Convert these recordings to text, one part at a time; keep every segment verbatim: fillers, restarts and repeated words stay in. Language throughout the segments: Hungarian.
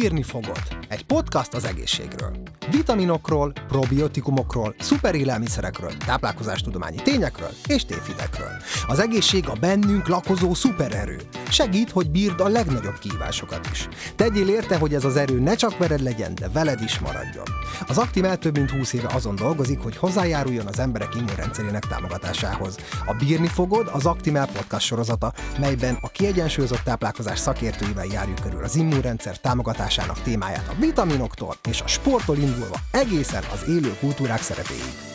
Bírni fogod. Egy podcast az egészségről. Vitaminokról, probiotikumokról, szuperélelmiszerekről, táplálkozástudományi tényekről és tévhitekről. Az egészség a bennünk lakozó szupererő. Segít, hogy bírd a legnagyobb kihívásokat is. Tegyél érte, hogy ez az erő ne csak veled legyen, de veled is maradjon. Az Actimel több mint húsz éve azon dolgozik, hogy hozzájáruljon az emberek immunrendszerének támogatásához. A Bírni fogod az Actimel podcast sorozata, melyben a kiegyensúlyozott táplálkozás szakértőivel járjuk körül az immunrendszer támogatásának témáját a vitaminoktól és a sporttól indulva egészen az élő kultúrák szerepéig.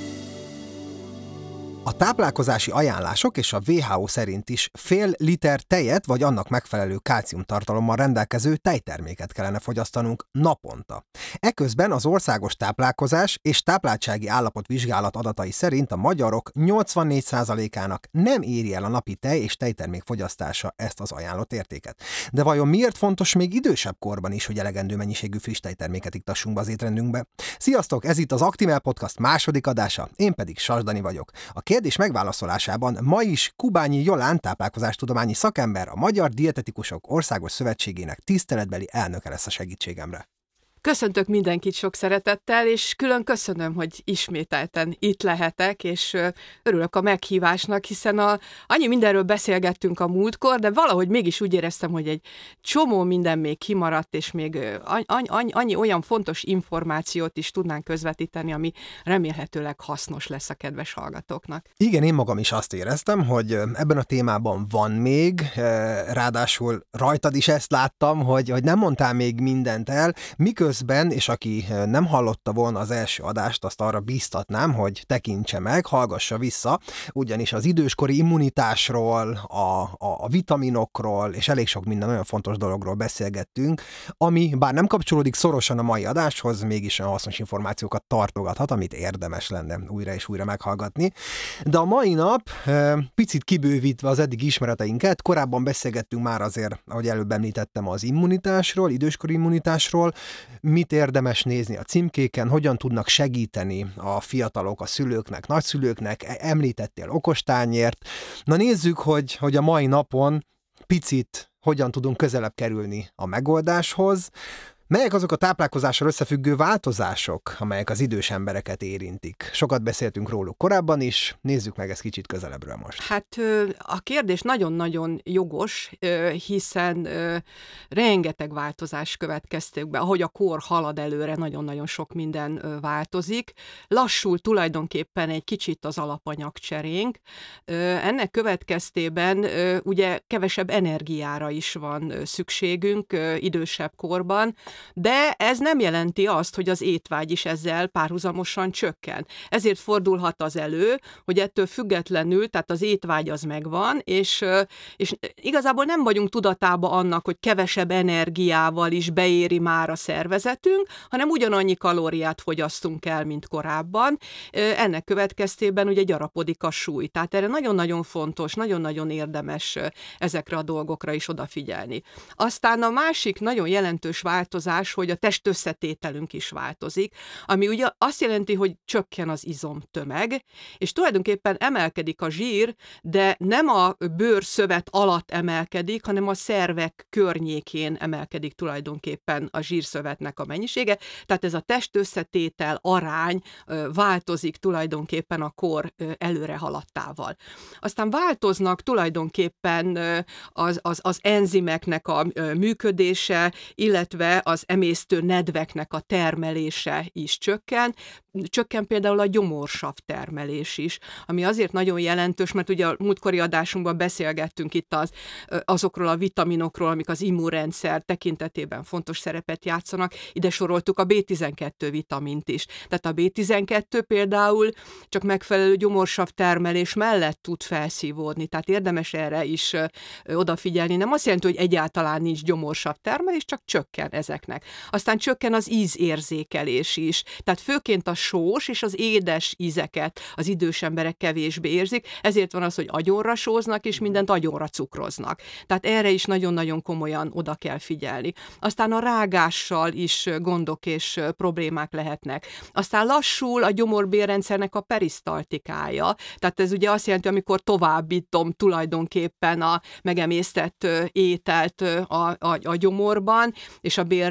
A táplálkozási ajánlások és a dupla vé há ó szerint is fél liter tejet vagy annak megfelelő kálciumtartalommal rendelkező tejterméket kellene fogyasztanunk naponta. Eközben az országos táplálkozás és tápláltsági állapot vizsgálat adatai szerint a magyarok nyolcvannégy százalékának nem éri el a napi tej és tejtermék fogyasztása ezt az ajánlott értéket. De vajon miért fontos még idősebb korban is, hogy elegendő mennyiségű friss tejterméket iktassunk be az étrendünkbe? Sziasztok, ez itt az Actimel Podcast második adása, én pedig Sas Dani vagyok. A kérdés megválaszolásában ma is Kubányi Jolán táplálkozástudományi szakember, a Magyar Dietetikusok Országos Szövetségének tiszteletbeli elnöke lesz a segítségemre. Köszöntök mindenkit sok szeretettel, és külön köszönöm, hogy ismételten itt lehetek, és örülök a meghívásnak, hiszen a, annyi mindenről beszélgettünk a múltkor, de valahogy mégis úgy éreztem, hogy egy csomó minden még kimaradt, és még annyi, annyi, annyi olyan fontos információt is tudnánk közvetíteni, ami remélhetőleg hasznos lesz a kedves hallgatóknak. Igen, én magam is azt éreztem, hogy ebben a témában van még, ráadásul rajtad is ezt láttam, hogy, hogy nem mondtál még mindent el, miközben Közben, és aki nem hallotta volna az első adást, azt arra bíztatnám, hogy tekintse meg, hallgassa vissza, ugyanis az időskori immunitásról, a, a, a vitaminokról, és elég sok minden olyan fontos dologról beszélgettünk, ami bár nem kapcsolódik szorosan a mai adáshoz, mégis olyan hasznos információkat tartogathat, amit érdemes lenne újra és újra meghallgatni. De a mai nap, picit kibővítve az eddig ismereteinket, korábban beszélgettünk már azért, ahogy előbb említettem, az immunitásról, időskori immunitásról, mit érdemes nézni a címkéken, hogyan tudnak segíteni a fiatalok, a szülőknek, nagyszülőknek, említettél okostányért. Na nézzük, hogy, hogy a mai napon picit hogyan tudunk közelebb kerülni a megoldáshoz. Melyek azok a táplálkozással összefüggő változások, amelyek az idős embereket érintik? Sokat beszéltünk róluk korábban is, nézzük meg ezt kicsit közelebbről most. Hát a kérdés nagyon-nagyon jogos, hiszen rengeteg változás következtek be, ahogy a kor halad előre, nagyon-nagyon sok minden változik. Lassul tulajdonképpen egy kicsit az alapanyagcserénk. Ennek következtében ugye kevesebb energiára is van szükségünk idősebb korban, de ez nem jelenti azt, hogy az étvágy is ezzel párhuzamosan csökken. Ezért fordulhat az elő, hogy ettől függetlenül, tehát az étvágy az megvan, és, és igazából nem vagyunk tudatában annak, hogy kevesebb energiával is beéri már a szervezetünk, hanem ugyanannyi kalóriát fogyasztunk el, mint korábban. Ennek következtében ugye gyarapodik a súly. Tehát erre nagyon-nagyon fontos, nagyon-nagyon érdemes ezekre a dolgokra is odafigyelni. Aztán a másik nagyon jelentős változás, hogy a testösszetételünk is változik, ami ugye azt jelenti, hogy csökken az izomtömeg, és tulajdonképpen emelkedik a zsír, de nem a bőrszövet alatt emelkedik, hanem a szervek környékén emelkedik tulajdonképpen a zsírszövetnek a mennyisége, tehát ez a testösszetétel arány változik tulajdonképpen a kor előre haladtával. Aztán változnak tulajdonképpen az, az, az enzimeknek a működése, illetve az emésztő nedveknek a termelése is csökken. Csökken például a gyomorsav termelés is, ami azért nagyon jelentős, mert ugye a múltkori adásunkban beszélgettünk itt az, azokról a vitaminokról, amik az immunrendszer tekintetében fontos szerepet játszanak. Ide soroltuk a bé tizenkettő vitamint is. Tehát a bé tizenkettő például csak megfelelő gyomorsav termelés mellett tud felszívódni, tehát érdemes erre is odafigyelni. Nem azt jelenti, hogy egyáltalán nincs gyomorsav termelés, csak csökken ezeknek. Aztán csökken az ízérzékelés is. Tehát főként a sós és az édes ízeket az idős emberek kevésbé érzik, ezért van az, hogy agyonra sóznak, és mindent agyonra cukroznak. Tehát erre is nagyon-nagyon komolyan oda kell figyelni. Aztán a rágással is gondok és problémák lehetnek. Aztán lassul a gyomorbélrendszernek a perisztaltikája, tehát ez ugye azt jelenti, amikor továbbítom tulajdonképpen a megemésztett ételt a, a, a gyomorban, és a bélrendszer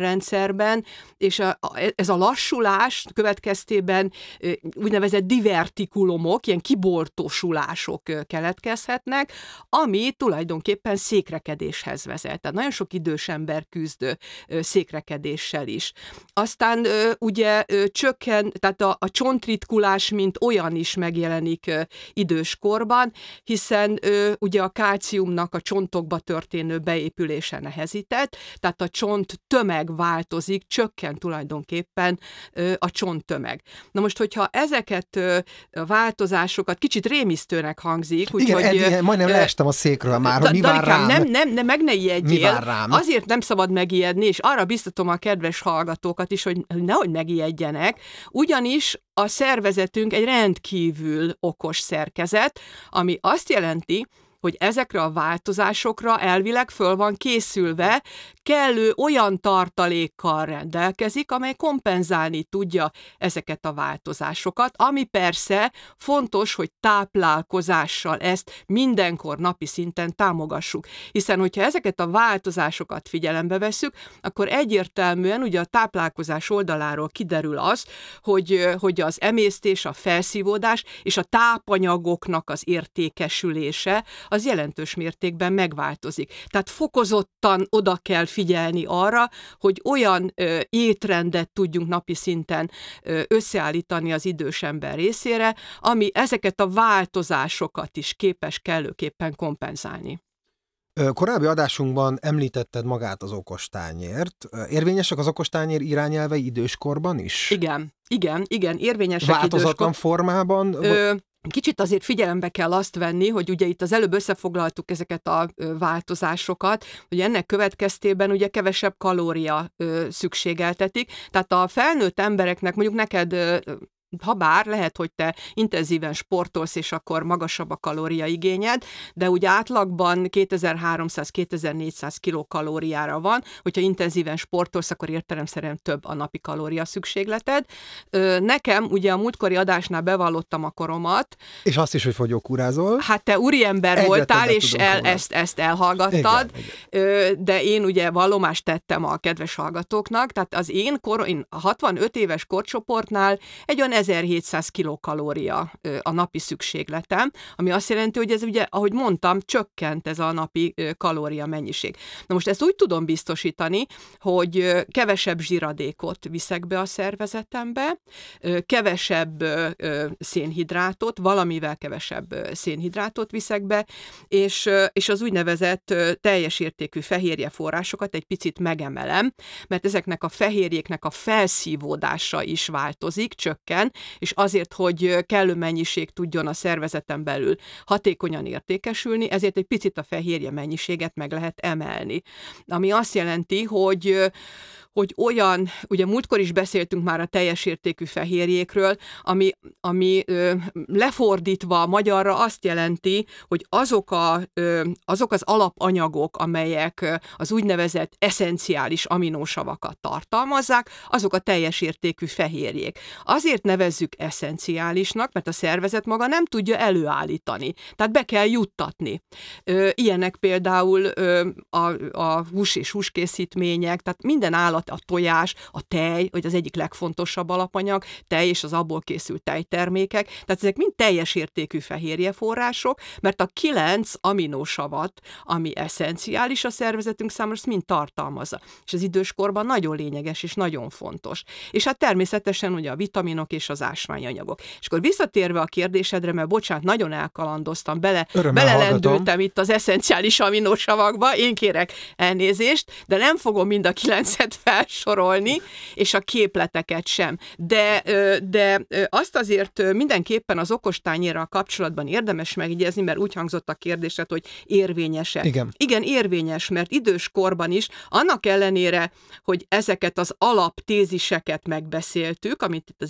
idégrendszerben, és a, a, ez a lassulás következtében úgynevezett divertikulumok, ilyen kiboltosulások keletkezhetnek, ami tulajdonképpen székrekedéshez vezet. Tehát nagyon sok idős ember küzd székrekedéssel is. Aztán ugye csökken, tehát a, a csontritkulás, mint olyan is megjelenik időskorban, hiszen ugye a kálciumnak a csontokba történő beépülése nehezített, tehát a csont tömeg változik, csökken tulajdonképpen a csonttömeg. Na most, hogyha ezeket a változásokat kicsit rémisztőnek hangzik, igen, úgyhogy... Igen, majdnem leestem a székről már, hogy mi vár rám. Nem, nem, nem, meg ne ijedjél. Azért nem szabad megijedni, és arra biztatom a kedves hallgatókat is, hogy nehogy megijedjenek, ugyanis a szervezetünk egy rendkívül okos szerkezet, ami azt jelenti, hogy ezekre a változásokra elvileg föl van készülve, kellő olyan tartalékkal rendelkezik, amely kompenzálni tudja ezeket a változásokat, ami persze fontos, hogy táplálkozással ezt mindenkor napi szinten támogassuk. Hiszen, hogyha ezeket a változásokat figyelembe vesszük, akkor egyértelműen ugye a táplálkozás oldaláról kiderül az, hogy, hogy az emésztés, a felszívódás és a tápanyagoknak az értékesülése az jelentős mértékben megváltozik. Tehát fokozottan oda kell figyelni arra, hogy olyan ö, étrendet tudjunk napi szinten ö, összeállítani az idős ember részére, ami ezeket a változásokat is képes kellőképpen kompenzálni. Korábbi adásunkban említetted magát az okostányért. Érvényesek az okostányér irányelvei időskorban is? Igen, igen, igen, érvényesek változatlan időskor... formában? Ö, Kicsit azért figyelembe kell azt venni, hogy ugye itt az előbb összefoglaltuk ezeket a változásokat, hogy ennek következtében ugye kevesebb kalória szükségeltetik. Tehát a felnőtt embereknek, mondjuk neked, habár lehet, hogy te intenzíven sportolsz, és akkor magasabb a kalóriaigényed, de úgy átlagban kétezer-háromszáz-kétezer-négyszáz kilokalóriára van, hogyha intenzíven sportolsz, akkor értelemszerűen több a napi kalória szükségleted. Nekem ugye a múltkori adásnál bevallottam a koromat. És azt is, hogy fogyókúrázol. Hát te úriember Egyre voltál, és el, ezt, ezt elhallgattad, igen, igen. De én ugye vallomást tettem a kedves hallgatóknak, tehát az én, kor, én hatvanöt éves korcsoportnál egy olyan ezerhétszáz kilokalória a napi szükségletem, ami azt jelenti, hogy ez ugye, ahogy mondtam, csökkent ez a napi kalória mennyiség. Na most ezt úgy tudom biztosítani, hogy kevesebb zsiradékot viszek be a szervezetembe, kevesebb szénhidrátot, valamivel kevesebb szénhidrátot viszek be, és, és az úgynevezett teljes értékű fehérjeforrásokat egy picit megemelem, mert ezeknek a fehérjéknek a felszívódása is változik, csökken, és azért, hogy kellő mennyiség tudjon a szervezeten belül hatékonyan értékesülni, ezért egy picit a fehérje mennyiséget meg lehet emelni. Ami azt jelenti, hogy hogy olyan, ugye múltkor is beszéltünk már a teljes értékű fehérjékről, ami, ami ö, lefordítva magyarra azt jelenti, hogy azok, a, ö, azok az alapanyagok, amelyek az úgynevezett eszenciális aminósavakat tartalmazzák, azok a teljes értékű fehérjék. Azért nevezzük eszenciálisnak, mert a szervezet maga nem tudja előállítani, tehát be kell juttatni. Ö, ilyenek például ö, a, a hús és húskészítmények, tehát minden állat, a tojás, a tej, hogy az egyik legfontosabb alapanyag, tej és az abból készült tejtermékek, tehát ezek mind teljes értékű fehérjeforrások, mert a kilenc aminósavat, ami eszenciális a szervezetünk számára, azt mind tartalmazza. És az időskorban nagyon lényeges és nagyon fontos. És hát természetesen ugye a vitaminok és az ásványanyagok. És akkor visszatérve a kérdésedre, mert bocsánat, nagyon elkalandoztam, bele, belelendültem itt az eszenciális aminósavakba, én kérek elnézést, de nem fogom mind a kilencet felsorolni, és a képleteket sem. De, de azt azért mindenképpen az okostányérral kapcsolatban érdemes megjegyezni, mert úgy hangzott a kérdésed, hogy érvényes-e. Igen. Igen, érvényes, mert időskorban is, annak ellenére, hogy ezeket az alaptéziseket megbeszéltük, amit itt az előbb nagyon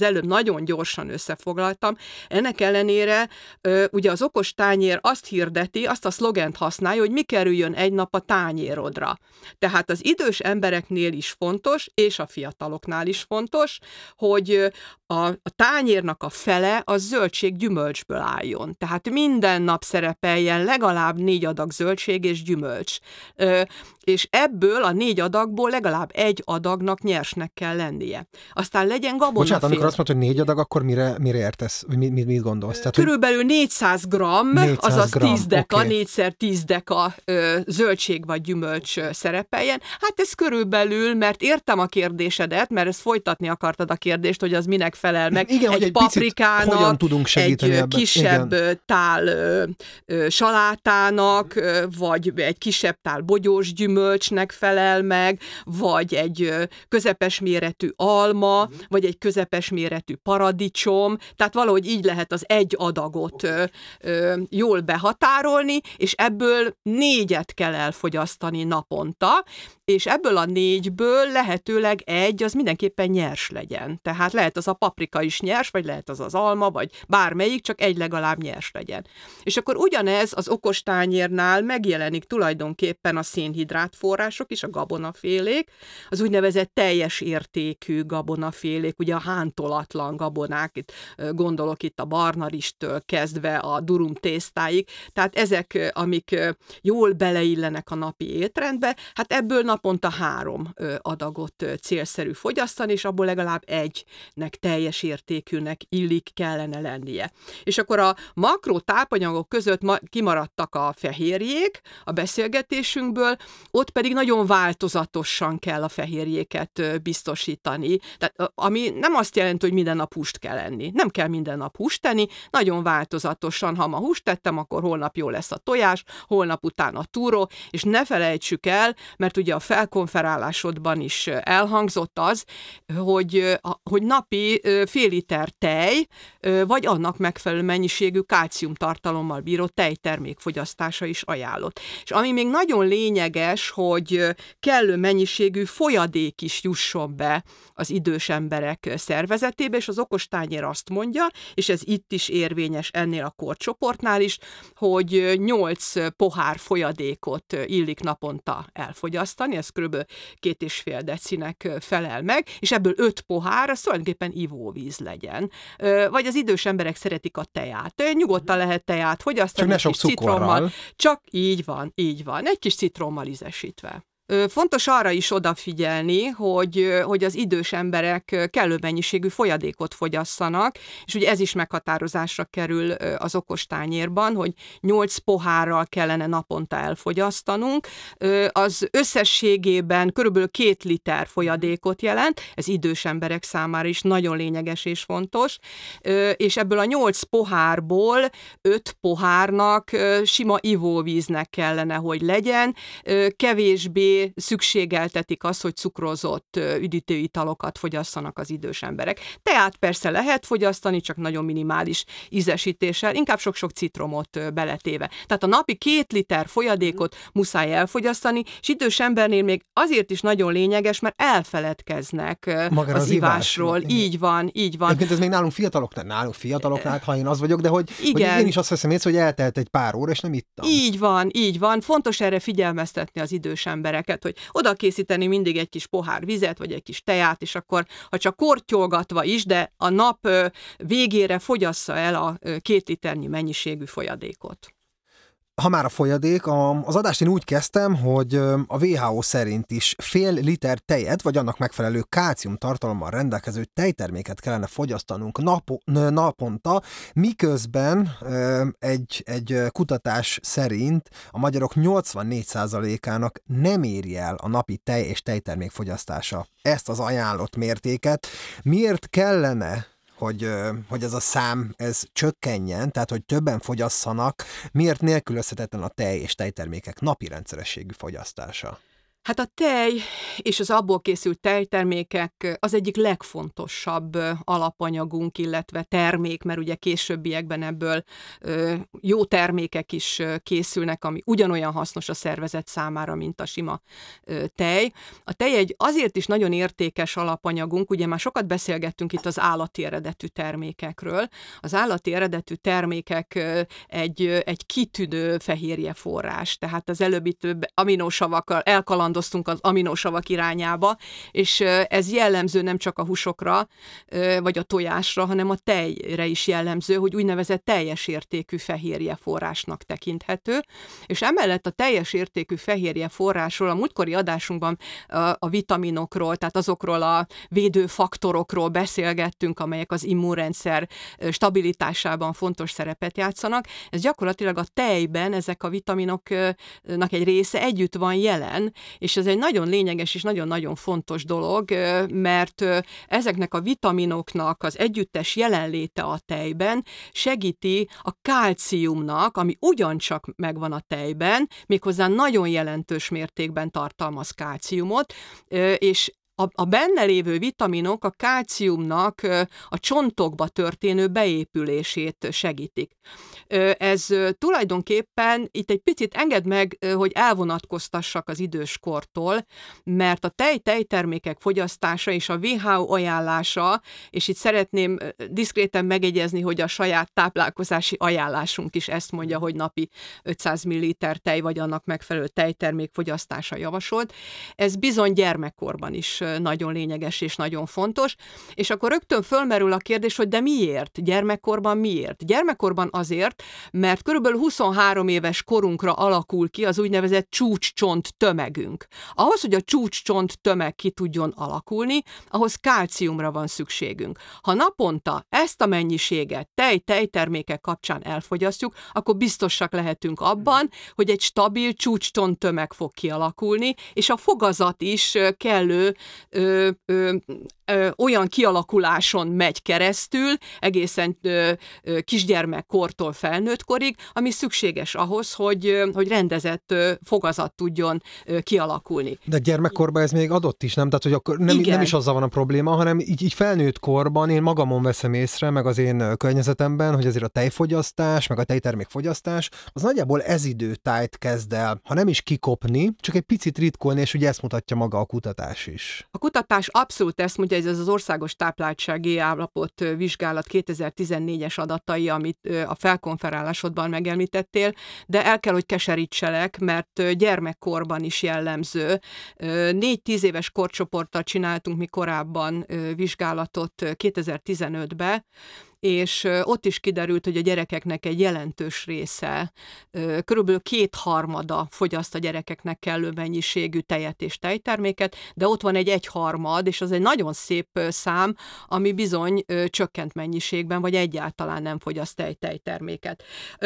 nagyon gyorsan összefoglaltam. Ennek ellenére ugye az okos tányér azt hirdeti, azt a szlogent használja, hogy mi kerüljön egy nap a tányérodra. Tehát az idős embereknél is fontos, és a fiataloknál is fontos, hogy a, a tányérnak a fele az zöldség-gyümölcsből álljon. Tehát minden nap szerepeljen legalább négy adag zöldség és gyümölcs. Ö, és ebből a négy adagból legalább egy adagnak nyersnek kell lennie. Aztán legyen gabonafél. Bocsánat, amikor azt mondod, hogy négy adag, akkor mire, mire értesz? Mit, mit, mit gondolsz? Tehát, Körülbelül négyszáz gramm, négyszáz azaz gramm, tíz deka, okay. négyszer tíz deka ö, zöldség vagy gyümölcs ö, szerepeljen. Hát ez körülbelül, mert értem a kérdésedet, mert ezt folytatni akartad a kérdést, hogy az minek felel meg. Igen, egy, egy paprikának, hogyan tudunk segíteni egy ebben. kisebb Igen. tál ö, ö, salátának, ö, vagy egy kisebb tál bogyós gyümölcsnek felel meg, vagy egy ö, közepes méretű alma, vagy egy közepes méretű paradicsom, tehát valahogy így lehet az egy adagot ö, ö, jól behatárolni, és ebből négyet kell elfogyasztani naponta, és ebből a négyből lehetőleg egy, az mindenképpen nyers legyen. Tehát lehet az a paprika is nyers, vagy lehet az az alma, vagy bármelyik, csak egy legalább nyers legyen. És akkor ugyanez az okos tányérnál megjelenik tulajdonképpen a szénhidrát források is, a gabonafélék, az úgynevezett teljes értékű gabonafélék, ugye a hántolatlan gabonák, itt gondolok itt a barnaristől kezdve a durum tésztáig, tehát ezek, amik jól beleillenek a napi étrendbe, hát ebből naponta három adagot célszerű fogyasztani, és abból legalább egynek teljes értékűnek illik kellene lennie. És akkor a makró tápanyagok között kimaradtak a fehérjék a beszélgetésünkből, ott pedig nagyon változatosan kell a fehérjéket biztosítani. Tehát, ami nem azt jelenti, hogy minden nap húst kell enni. Nem kell minden nap húst tenni, nagyon változatosan. Ha ma húst tettem, akkor holnap jó lesz a tojás, holnap után a túró, és ne felejtsük el, mert ugye a felkonferálásodban is elhangzott az, hogy, hogy napi fél liter tej, vagy annak megfelelő mennyiségű kálciumtartalommal bíró tejtermék fogyasztása is ajánlott. És ami még nagyon lényeges, hogy kellő mennyiségű folyadék is jusson be az idős emberek szervezetébe, és az okostányér azt mondja, és ez itt is érvényes ennél a korcsoportnál is, hogy nyolc pohár folyadékot illik naponta elfogyasztani, ez kb. két és fél decinek felel meg, és ebből öt pohár, az tulajdonképpen ivóvíz legyen. Vagy az idős emberek szeretik a teját. Nyugodtan lehet teját fogyasztani. Csak ne sok cukorral. Csak így van, így van. Egy kis citrommal ízesítve. Fontos arra is odafigyelni, hogy, hogy az idős emberek kellő mennyiségű folyadékot fogyasszanak, és ugye ez is meghatározásra kerül az okostányérban, hogy nyolc pohárral kellene naponta elfogyasztanunk. Az összességében körülbelül két liter folyadékot jelent, ez idős emberek számára is nagyon lényeges és fontos, és ebből a nyolc pohárból öt pohárnak sima ivóvíznek kellene, hogy legyen, kevésbé szükségeltetik azt, hogy cukrozott üdítőitalokat fogyasszanak az idős emberek. Tehát persze lehet fogyasztani, csak nagyon minimális ízesítéssel, inkább sok-sok citromot beletéve. Tehát a napi két liter folyadékot muszáj elfogyasztani, és idős embernél még azért is nagyon lényeges, mert elfeledkeznek Magára az, az ivásról. Ivás. Így van, így van. Egyébként ez még nálunk fiataloknál, nálunk fiataloknál, ha én az vagyok, de hogy, hogy én is azt veszem észre, hogy eltelt egy pár óra, és nem ittam. Így van, így van. Fontos erre figyelmeztetni az idős embereket, hogy oda készíteni mindig egy kis pohár vizet, vagy egy kis teját, és akkor, ha csak kortyolgatva is, de a nap végére fogyassza el a két liternyi mennyiségű folyadékot. Ha már a folyadék, az adást én úgy kezdtem, hogy a dupla vé há ó szerint is fél liter tejet, vagy annak megfelelő kálcium tartalommal rendelkező tejterméket kellene fogyasztanunk napo, naponta, miközben egy, egy kutatás szerint a magyarok nyolcvannégy százalékának nem éri el a napi tej és tejtermék fogyasztása ezt az ajánlott mértéket. Miért kellene Hogy, hogy ez a szám ez csökkenjen, tehát hogy többen fogyasszanak, miért nélkülözhetetlen a tej és tejtermékek napi rendszerességű fogyasztása? Hát a tej és az abból készült tejtermékek az egyik legfontosabb alapanyagunk, illetve termék, mert ugye későbbiekben ebből jó termékek is készülnek, ami ugyanolyan hasznos a szervezet számára, mint a sima tej. A tej egy azért is nagyon értékes alapanyagunk, ugye már sokat beszélgettünk itt az állati eredetű termékekről. Az állati eredetű termékek egy, egy kitűnő fehérjeforrás, tehát az előbbi több aminósavakkal elkalandoztunk az aminósavak irányába, és ez jellemző nem csak a húsokra, vagy a tojásra, hanem a tejre is jellemző, hogy úgynevezett teljes értékű fehérjeforrásnak tekinthető, és emellett a teljes értékű fehérjeforrásról a múltkori adásunkban a, a vitaminokról, tehát azokról a védőfaktorokról beszélgettünk, amelyek az immunrendszer stabilitásában fontos szerepet játszanak. Ez gyakorlatilag a tejben ezek a vitaminoknak egy része együtt van jelen, és ez egy nagyon lényeges és nagyon-nagyon fontos dolog, mert ezeknek a vitaminoknak az együttes jelenléte a tejben segíti a kálciumnak, ami ugyancsak megvan a tejben, méghozzá nagyon jelentős mértékben tartalmaz kálciumot, és A, a benne lévő vitaminok a kálciumnak a csontokba történő beépülését segítik. Ez tulajdonképpen itt egy picit engedd meg, hogy elvonatkoztassak az időskortól, mert a tej-tejtermékek fogyasztása és a dupla vé há o ajánlása, és itt szeretném diszkréten megjegyezni, hogy a saját táplálkozási ajánlásunk is ezt mondja, hogy napi ötszáz milliliter tej vagy annak megfelelő tejtermék fogyasztása javasolt. Ez bizony gyermekkorban is nagyon lényeges és nagyon fontos, és akkor rögtön fölmerül a kérdés, hogy de miért? Gyermekkorban miért? Gyermekkorban azért, mert körülbelül huszonhárom éves korunkra alakul ki az úgynevezett csúcscsont tömegünk. Ahhoz, hogy a csúcscsont tömeg ki tudjon alakulni, ahhoz kálciumra van szükségünk. Ha naponta ezt a mennyiséget tej-tejtermékek kapcsán elfogyasztjuk, akkor biztosak lehetünk abban, hogy egy stabil csúcscsont tömeg fog kialakulni, és a fogazat is kellő Ö, ö, ö, olyan kialakuláson megy keresztül, egészen ö, ö, kisgyermekkortól felnőttkorig, ami szükséges ahhoz, hogy, ö, hogy rendezett ö, fogazat tudjon ö, kialakulni. De gyermekkorban ez még adott is, nem? Tehát, hogy akkor nem, nem is azzal van a probléma, hanem így, így felnőtt korban én magamon veszem észre, meg az én környezetemben, hogy azért a tejfogyasztás, meg a tejtermékfogyasztás, az nagyjából ez időtájt kezd el, ha nem is kikopni, csak egy picit ritkulni, és ugye ezt mutatja maga a kutatás is. A kutatás abszolút ezt mondja, ez az országos tápláltsági állapot vizsgálat kétezer-tizennégyes adatai, amit a felkonferálásodban megemlítettél, de el kell, hogy keserítselek, mert gyermekkorban is jellemző. Négy-tíz éves korcsoporttal csináltunk mi korábban vizsgálatot kétezer-tizenötben, és ott is kiderült, hogy a gyerekeknek egy jelentős része, körülbelül kétharmada fogyaszt a gyerekeknek kellő mennyiségű tejet és tejterméket, de ott van egy egyharmad, és az egy nagyon szép szám, ami bizony csökkent mennyiségben, vagy egyáltalán nem fogyaszt tej-tejterméket.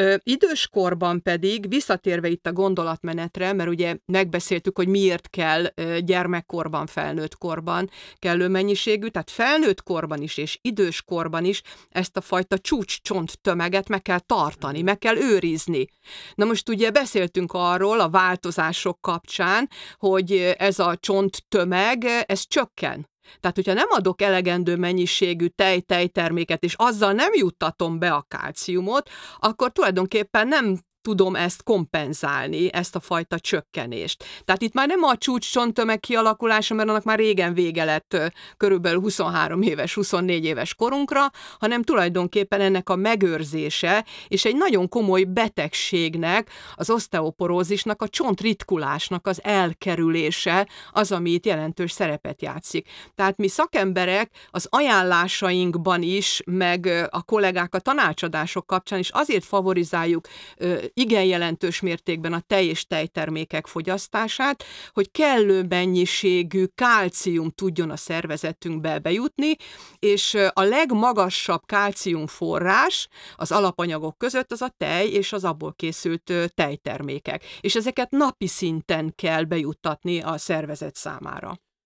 Időskorban pedig, visszatérve itt a gondolatmenetre, mert ugye megbeszéltük, hogy miért kell gyermekkorban, felnőttkorban kellő mennyiségű, tehát felnőttkorban is és időskorban is ezt a fajta csúcscsont tömeget meg kell tartani, meg kell őrizni. Na most ugye beszéltünk arról a változások kapcsán, hogy ez a csonttömeg, ez csökken. Tehát, hogyha nem adok elegendő mennyiségű tej-tejterméket, és azzal nem juttatom be a kálciumot, akkor tulajdonképpen nem tudom ezt kompenzálni, ezt a fajta csökkenést. Tehát itt már nem a csúcscsonttömeg kialakulása, mert annak már régen vége lett körülbelül huszonhárom éves, huszonnégy éves korunkra, hanem tulajdonképpen ennek a megőrzése, és egy nagyon komoly betegségnek, az oszteoporózisnak, a csontritkulásnak az elkerülése az, ami itt jelentős szerepet játszik. Tehát mi szakemberek az ajánlásainkban is, meg a kollégák a tanácsadások kapcsán is azért favorizáljuk igen jelentős mértékben a tej és tejtermékek fogyasztását, hogy kellő mennyiségű kálcium tudjon a szervezetünkbe bejutni, és a legmagasabb kálcium forrás az alapanyagok között az a tej és az abból készült tejtermékek. És ezeket napi szinten kell bejuttatni a szervezet számára.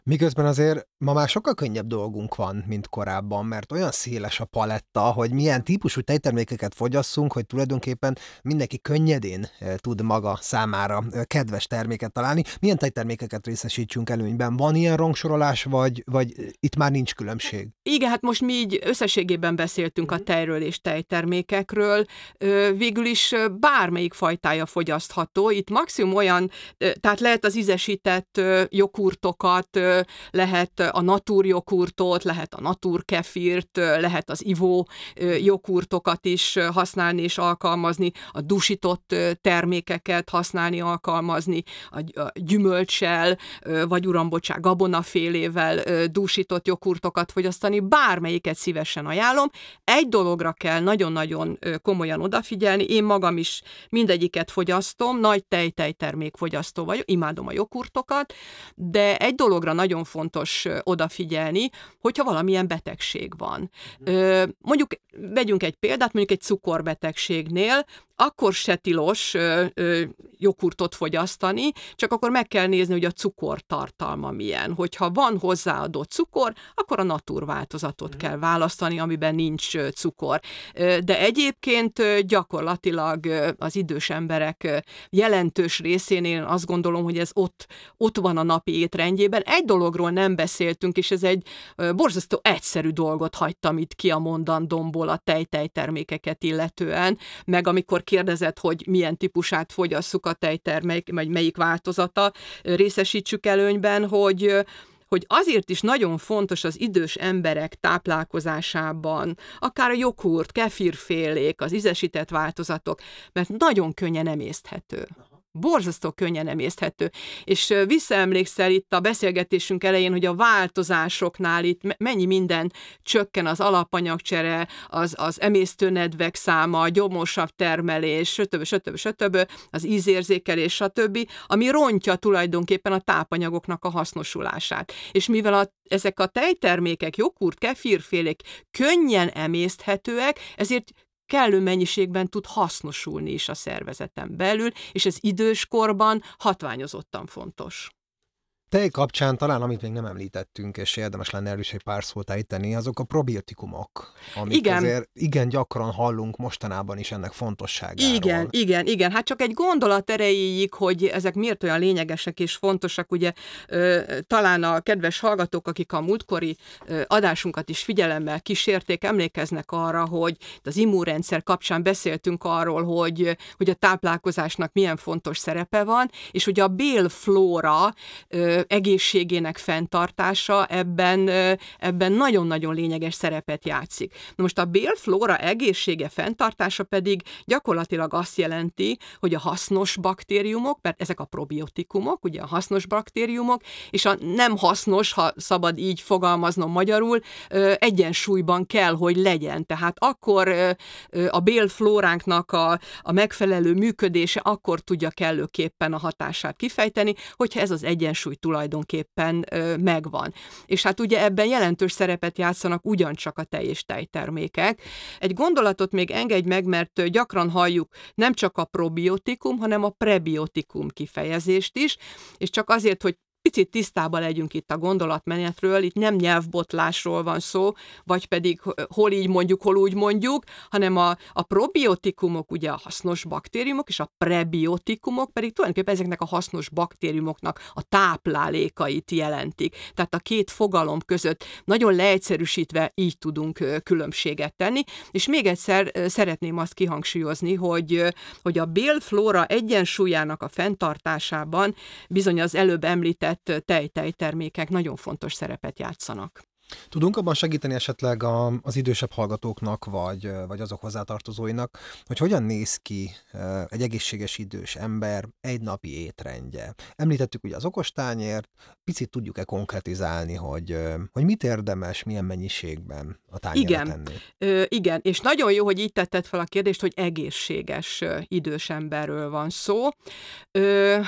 Miközben azért ma már sokkal könnyebb dolgunk van, mint korábban, mert olyan széles a paletta, hogy milyen típusú tejtermékeket fogyasszunk, hogy tulajdonképpen mindenki könnyedén tud maga számára kedves terméket találni. Milyen tejtermékeket részesítsünk előnyben? Van ilyen rangsorolás, vagy, vagy itt már nincs különbség? Igen, hát most mi így összességében beszéltünk a tejről és tejtermékekről. Végül is bármelyik fajtája fogyasztható. Itt maximum olyan, tehát lehet az ízesített jogurtokat, lehet a natur jogurtot, lehet a natur kefirt, lehet az ivó jogurtokat is használni és alkalmazni, a dusított termékeket használni, alkalmazni, a gyümölccsel, vagy uram, bocsánat, gabonafélével dusított jogurtokat fogyasztani, bármelyiket szívesen ajánlom. Egy dologra kell nagyon-nagyon komolyan odafigyelni, én magam is mindegyiket fogyasztom, nagy tej-tejtermék fogyasztó vagyok, imádom a jogurtokat, de egy dologra nagyon fontos odafigyelni, hogyha valamilyen betegség van. Mondjuk vegyünk egy példát, mondjuk egy cukorbetegségnél, akkor se tilos ö, ö, jogurtot fogyasztani, csak akkor meg kell nézni, hogy a cukortartalma milyen. Hogyha van hozzáadott cukor, akkor a natur változatot kell választani, amiben nincs cukor. De egyébként gyakorlatilag az idős emberek jelentős részénél azt gondolom, hogy ez ott, ott van a napi étrendjében. Egy dologról nem beszéltünk, és ez egy borzasztó egyszerű dolgot hagytam itt ki a mondandómból a tej-tejtermékeket illetően, meg amikor kérdezett, hogy milyen típusát fogyasszuk a tejtermék, vagy melyik változata részesítsük előnyben, hogy hogy azért is nagyon fontos az idős emberek táplálkozásában, akár a jogurt, kefirfélék, az ízesített változatok, mert nagyon könnyen emészthető. Borzasztó könnyen emészthető. És visszaemlékszel itt a beszélgetésünk elején, hogy a változásoknál itt mennyi minden csökken, az alapanyagcsere, az, az emésztőnedvek száma, a gyomosabb termelés, stb. stb. stb., az ízérzékelés, stb., ami rontja tulajdonképpen a tápanyagoknak a hasznosulását. És mivel a, ezek a tejtermékek, jogurt, kefirfélék könnyen emészthetőek, ezért kellő mennyiségben tud hasznosulni is a szervezeten belül, és ez időskorban hatványozottan fontos. Tej kapcsán talán, amit még nem említettünk, és érdemes lenne erről is egy pár szót ejteni, azok a probiotikumok, amik igen. azért igen gyakran hallunk mostanában is ennek fontosságáról. Igen, igen, igen. Hát csak egy gondolat erejéig, hogy ezek miért olyan lényegesek és fontosak, ugye ö, talán a kedves hallgatók, akik a múltkori ö, adásunkat is figyelemmel kísérték, emlékeznek arra, hogy az immunrendszer kapcsán beszéltünk arról, hogy, hogy a táplálkozásnak milyen fontos szerepe van, és hogy a bélflóra ö, egészségének fenntartása ebben, ebben nagyon-nagyon lényeges szerepet játszik. Na most a bélflóra egészsége fenntartása pedig gyakorlatilag azt jelenti, hogy a hasznos baktériumok, mert ezek a probiotikumok, ugye a hasznos baktériumok, és a nem hasznos, ha szabad így fogalmaznom magyarul, egyensúlyban kell, hogy legyen. Tehát akkor a bélflóránknak a, a megfelelő működése akkor tudja kellőképpen a hatását kifejteni, hogyha ez az egyensúly tulajdonképpen ö, megvan. És hát ugye ebben jelentős szerepet játszanak ugyancsak a tej és tejtermékek. Egy gondolatot még engedj meg, mert gyakran halljuk nem csak a probiotikum, hanem a prebiotikum kifejezést is, és csak azért, hogy picit tisztában legyünk itt a gondolatmenetről, itt nem nyelvbotlásról van szó, vagy pedig hol így mondjuk, hol úgy mondjuk, hanem a, a probiotikumok ugye a hasznos baktériumok, és a prebiotikumok pedig tulajdonképpen ezeknek a hasznos baktériumoknak a táplálékait jelentik. Tehát a két fogalom között nagyon leegyszerűsítve így tudunk különbséget tenni, és még egyszer szeretném azt kihangsúlyozni, hogy, hogy a bélflóra egyensúlyának a fenntartásában bizony az előbb említett tej-tejtermékek nagyon fontos szerepet játszanak. Tudunk abban segíteni esetleg a, az idősebb hallgatóknak, vagy, vagy azok hozzátartozóinak, hogy hogyan néz ki egy egészséges idős ember egy napi étrendje? Említettük ugye az okostányért, picit tudjuk-e konkretizálni, hogy, hogy mit érdemes, milyen mennyiségben a tányérra igen. tenni? Ö, igen, és nagyon jó, hogy így tetted fel a kérdést, hogy egészséges idős emberről van szó. Ö,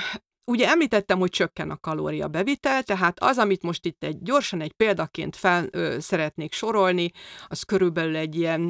Ugye említettem, hogy csökken a kalóriabevitel, tehát az, amit most itt egy gyorsan egy példaként fel ö, szeretnék sorolni, az körülbelül egy ilyen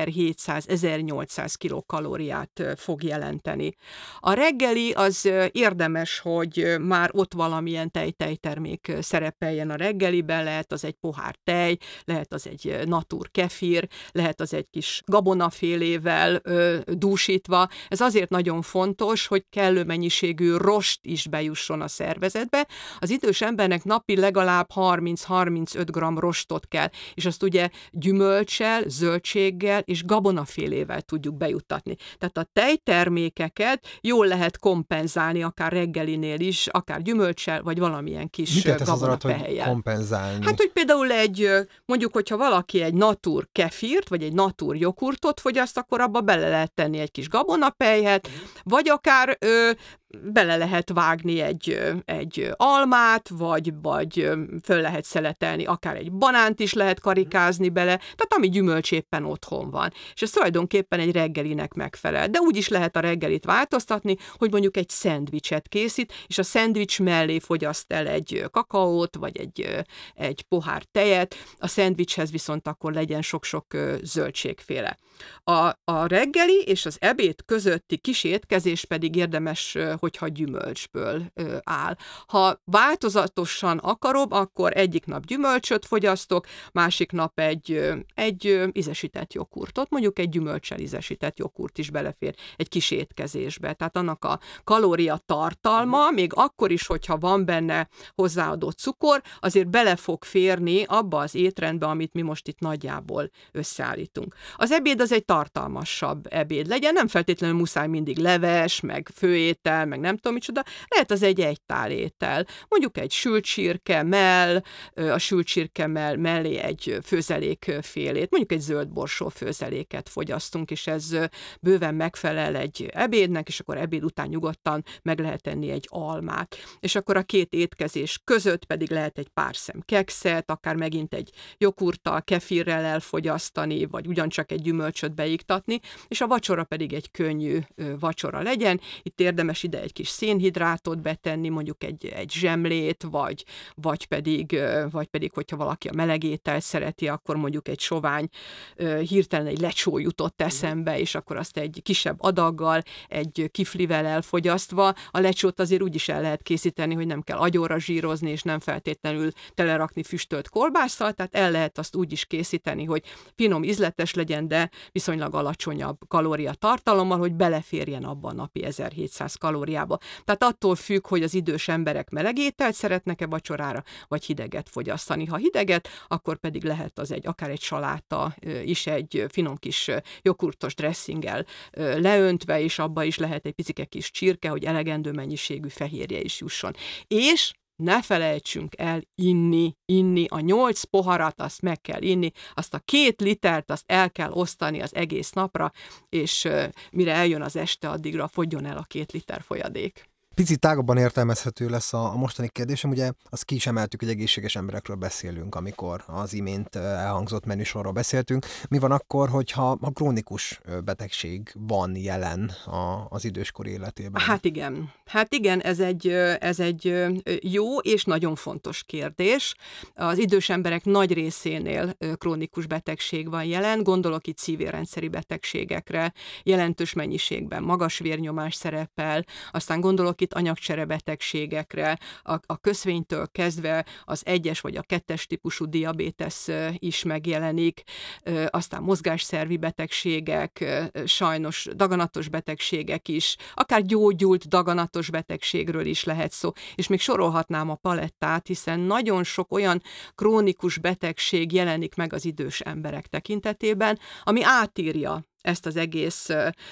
ezerhétszáz-ezernyolcszáz kilokalóriát ö, fog jelenteni. A reggeli az ö, érdemes, hogy ö, már ott valamilyen tej-tejtermék ö, szerepeljen a reggeliben, lehet az egy pohár tej, lehet az egy ö, natur kefir, lehet az egy kis gabonafélével ö, dúsítva. Ez azért nagyon fontos, hogy kellő mennyiségű rost is bejusson a szervezetbe. Az idős embernek napi legalább harminc-harmincöt gramm rostot kell, és azt ugye gyümölccsel, zöldséggel és gabonafélével tudjuk bejuttatni. Tehát a tejtermékeket jól lehet kompenzálni, akár reggelinél is, akár gyümölccsel, vagy valamilyen kis gabonafehelyel. Kompenzálni? Hát, hogy például egy, mondjuk, hogyha valaki egy natur kefirt, vagy egy natur joghurtot fogyaszt, akkor abba bele lehet tenni egy kis gabonapelyhet, vagy akár ö, bele lehet vágni egy, egy almát, vagy, vagy föl lehet szeletelni, akár egy banánt is lehet karikázni bele, tehát ami gyümölcs éppen otthon van. És ez tulajdonképpen egy reggelinek megfelel. De úgy is lehet a reggelit változtatni, hogy mondjuk egy szendvicset készít, és a szendvics mellé fogyaszt el egy kakaót, vagy egy, egy pohár tejet, a szendvicshez viszont akkor legyen sok-sok zöldségféle. A, a reggeli és az ebéd közötti kis étkezés pedig érdemes, hogyha gyümölcsből ö, áll. Ha változatosan akarom, akkor egyik nap gyümölcsöt fogyasztok, másik nap egy, ö, egy ö, ízesített joghurtot, mondjuk egy gyümölccsel ízesített joghurt is belefér egy kis étkezésbe. Tehát annak a kalória tartalma, még akkor is, hogyha van benne hozzáadott cukor, azért bele fog férni abba az étrendbe, amit mi most itt nagyjából összeállítunk. Az ebéd az egy tartalmasabb ebéd legyen, nem feltétlenül muszáj mindig leves, meg főétel, meg nem tudom micsoda, lehet az egy egytálétel. Mondjuk egy sült csirke mell, a sült csirke mell mellé egy főzelékfélét, mondjuk egy zöld borsó főzeléket fogyasztunk, és ez bőven megfelel egy ebédnek, és akkor ebéd után nyugodtan meg lehet enni egy almát. És akkor a két étkezés között pedig lehet egy pár szem kekszet, akár megint egy joghurttal, kefirrel elfogyasztani, vagy ugyancsak egy gyümölcsöt beiktatni, és a vacsora pedig egy könnyű vacsora legyen. Itt érdemes ide egy kis szénhidrátot betenni, mondjuk egy, egy zsemlét, vagy, vagy, pedig, vagy pedig, hogyha valaki a meleg ételt szereti, akkor mondjuk egy sovány, hirtelen egy lecsó jutott eszembe, és akkor azt egy kisebb adaggal, egy kiflivel elfogyasztva. A lecsót azért úgy is el lehet készíteni, hogy nem kell agyonra zsírozni, és nem feltétlenül telerakni füstölt kolbásszal, tehát el lehet azt úgy is készíteni, hogy finom, ízletes legyen, de viszonylag alacsonyabb kalóriatartalommal, hogy beleférjen abba a napi ezerhétszáz kalóriába. Tehát attól függ, hogy az idős emberek meleg ételt szeretnek-e vacsorára, vagy hideget fogyasztani. Ha hideget, akkor pedig lehet az egy, akár egy saláta is egy finom kis joghurtos dressinggel leöntve, és abba is lehet egy picike kis csirke, hogy elegendő mennyiségű fehérje is jusson. És ne felejtsünk el inni, inni, a nyolc poharat azt meg kell inni, azt a két litert azt el kell osztani az egész napra, és mire eljön az este, addigra fogyjon el a két liter folyadék. Picit tágabban értelmezhető lesz a, a mostani kérdésem, ugye azt ki is emeltük, hogy egészséges emberekről beszélünk, amikor az imént elhangzott menüsorról beszéltünk. Mi van akkor, hogyha a krónikus betegség van jelen a, az időskor életében? Hát igen, hát igen, ez egy, ez egy jó és nagyon fontos kérdés. Az idős emberek nagy részénél krónikus betegség van jelen, gondolok itt szívérrendszeri betegségekre, jelentős mennyiségben magas vérnyomás szerepel, aztán gondolok itt anyagcserebetegségekre, a, a köszvénytől kezdve az egyes vagy a kettes típusú diabétesz is megjelenik, aztán mozgásszervi betegségek, sajnos daganatos betegségek is, akár gyógyult daganatos betegségről is lehet szó, és még sorolhatnám a palettát, hiszen nagyon sok olyan krónikus betegség jelenik meg az idős emberek tekintetében, ami átírja ezt az egész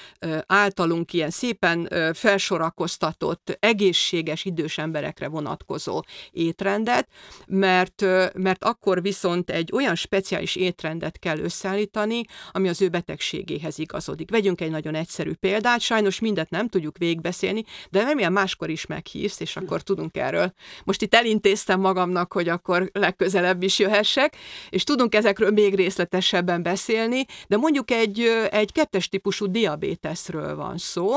általunk ilyen szépen felsorakoztatott, egészséges idős emberekre vonatkozó étrendet, mert, mert akkor viszont egy olyan speciális étrendet kell összeállítani, ami az ő betegségéhez igazodik. Vegyünk egy nagyon egyszerű példát, sajnos mindet nem tudjuk végigbeszélni, de remélem máskor is meghívsz, és akkor tudunk erről. Most itt elintéztem magamnak, hogy akkor legközelebb is jöhessek, és tudunk ezekről még részletesebben beszélni, de mondjuk egy, egy egy kettes típusú diabéteszről van szó,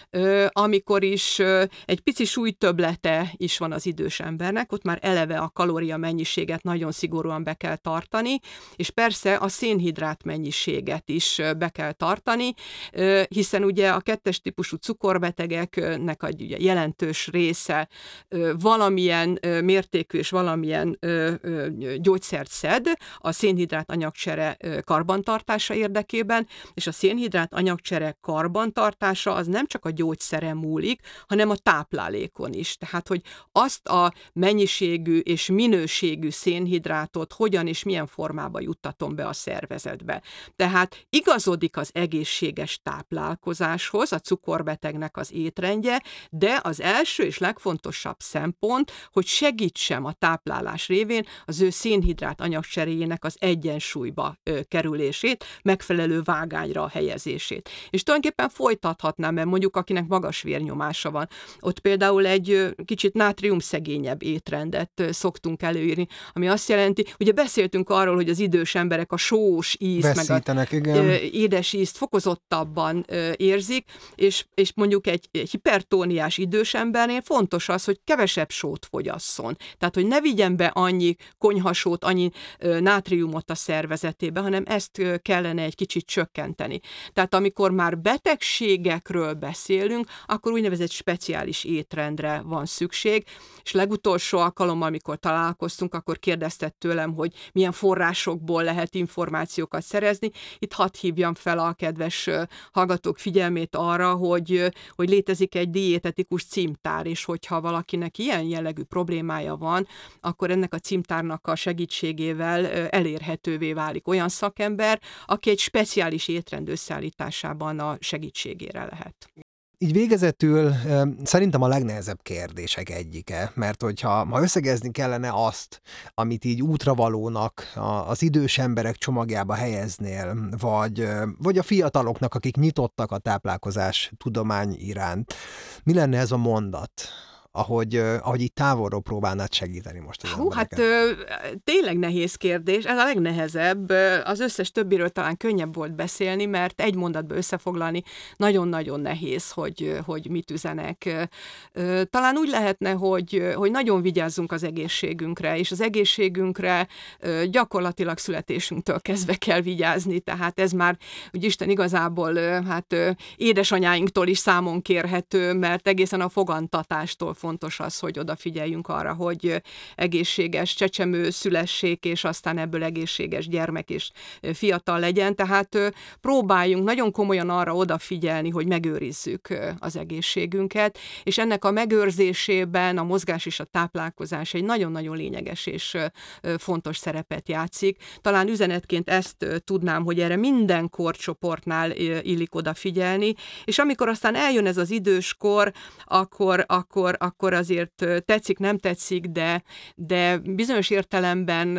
amikor is egy pici súlytöblete is van az idős embernek, ott már eleve a kalória mennyiséget nagyon szigorúan be kell tartani, és persze a szénhidrát mennyiséget is be kell tartani, hiszen ugye a kettes típusú cukorbetegeknek egy ugye jelentős része valamilyen mértékű és valamilyen gyógyszert szed a szénhidrát anyagcsere karbantartása érdekében, és a szénhidrát anyagcsere karbantartása az nem csak a gyógyszeren múlik, hanem a táplálékon is. Tehát, hogy azt a mennyiségű és minőségű szénhidrátot hogyan és milyen formába juttatom be a szervezetbe. Tehát igazodik az egészséges táplálkozáshoz a cukorbetegnek az étrendje, de az első és legfontosabb szempont, hogy segítsem a táplálás révén az ő szénhidrát anyagcseréjének az egyensúlyba ö, kerülését, megfelelő vágányra helyezését. És tulajdonképpen folytathatnám, mert mondjuk akinek magas vérnyomása van, ott például egy ö, kicsit nátriumszegényebb étrendet ö, szoktunk előírni, ami azt jelenti, ugye beszéltünk arról, hogy az idős emberek a sós ízt, Veszítenek, meg a igen. ö, édes ízt fokozottabban ö, érzik, és, és mondjuk egy, egy hipertóniás idős embernél fontos az, hogy kevesebb sót fogyasszon. Tehát, hogy ne vigyen be annyi konyhasót, annyi ö, nátriumot a szervezetébe, hanem ezt ö, kellene egy kicsit csökkenteni. Tehát amikor már betegségekről beszélünk, akkor úgynevezett speciális étrendre van szükség, és legutolsó alkalommal, amikor találkoztunk, akkor kérdezted tőlem, hogy milyen forrásokból lehet információkat szerezni. Itt hadd hívjam fel a kedves ö, hallgatók figyelmét arra, hogy, hogy létezik egy diétetikus címtár, és hogyha valakinek ilyen jellegű problémája van, akkor ennek a címtárnak a segítségével elérhetővé válik olyan szakember, aki egy speciális étrend összeállításában a segítségére lehet. Így végezetül szerintem a legnehezebb kérdések egyike, mert hogyha ha összegezni kellene azt, amit így útravalónak az idős emberek csomagjába helyeznél, vagy, vagy a fiataloknak, akik nyitottak a táplálkozás tudomány iránt, mi lenne ez a mondat? Ahogy, ahogy így távolról próbálnád segíteni most az Hú, embereket. hát ö, tényleg nehéz kérdés, ez a legnehezebb. Az összes többiről talán könnyebb volt beszélni, mert egy mondatba összefoglalni nagyon-nagyon nehéz, hogy, hogy mit üzenek. Ö, talán úgy lehetne, hogy, hogy nagyon vigyázzunk az egészségünkre, és az egészségünkre ö, gyakorlatilag születésünktől kezdve kell vigyázni, tehát ez már, úgy Isten igazából ö, hát ö, édesanyáinktól is számon kérhető, mert egészen a fogantatástól fontos az, hogy odafigyeljünk arra, hogy egészséges csecsemő szülessék, és aztán ebből egészséges gyermek és fiatal legyen. Tehát próbáljunk nagyon komolyan arra odafigyelni, hogy megőrizzük az egészségünket, és ennek a megőrzésében a mozgás és a táplálkozás egy nagyon-nagyon lényeges és fontos szerepet játszik. Talán üzenetként ezt tudnám, hogy erre minden korcsoportnál illik odafigyelni, és amikor aztán eljön ez az időskor, akkor, akkor akkor azért tetszik, nem tetszik, de, de bizonyos értelemben,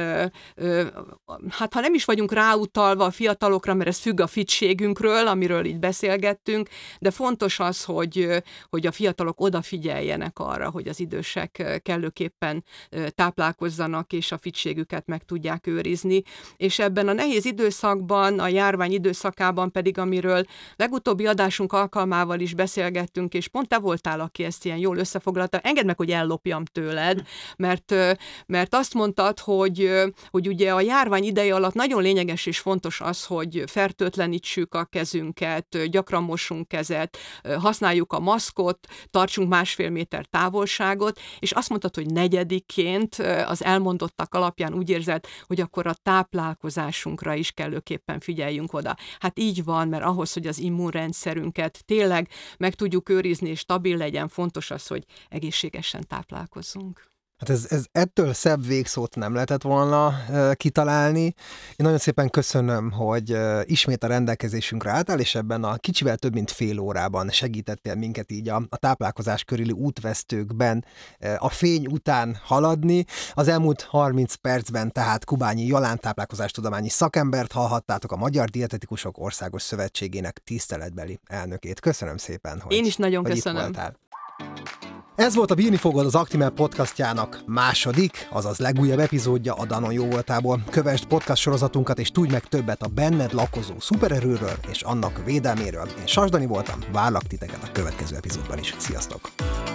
hát ha nem is vagyunk ráutalva a fiatalokra, mert ez függ a fitségünkről, amiről itt beszélgettünk, de fontos az, hogy, hogy a fiatalok odafigyeljenek arra, hogy az idősek kellőképpen táplálkozzanak, és a fitségüket meg tudják őrizni. És ebben a nehéz időszakban, a járvány időszakában pedig, amiről legutóbbi adásunk alkalmával is beszélgettünk, és pont te voltál, aki ezt ilyen jól összefoglalta. Engedd meg, hogy ellopjam tőled, mert, mert azt mondtad, hogy, hogy ugye a járvány ideje alatt nagyon lényeges és fontos az, hogy fertőtlenítsük a kezünket, gyakran mossunk kezet, használjuk a maszkot, tartsunk másfél méter távolságot, és azt mondtad, hogy negyedikként az elmondottak alapján úgy érzed, hogy akkor a táplálkozásunkra is kellőképpen figyeljünk oda. Hát így van, mert ahhoz, hogy az immunrendszerünket tényleg meg tudjuk őrizni és stabil legyen, fontos az, hogy egészségesen táplálkozzunk. Hát ez, ez ettől szebb végszót nem lehetett volna e, kitalálni. Én nagyon szépen köszönöm, hogy e, ismét a rendelkezésünkre álltál, és ebben a kicsivel több mint fél órában segítettél minket így a, a táplálkozás körüli útvesztőkben e, a fény után haladni. Az elmúlt harminc percben tehát Kubányi Jolán táplálkozástudományi szakembert hallhattátok, a Magyar Dietetikusok Országos Szövetségének tiszteletbeli elnökét. Köszönöm szépen, hogy, Én is nagyon hogy köszönöm. itt voltál. Ez volt a Bírni fogod az Actimel podcastjának második, azaz legújabb epizódja a Danon jó voltából. Kövesd podcast sorozatunkat, és tudj meg többet a benned lakozó szupererőről és annak védelméről. Én Sas Dani voltam, várlak titeket a következő epizódban is. Sziasztok!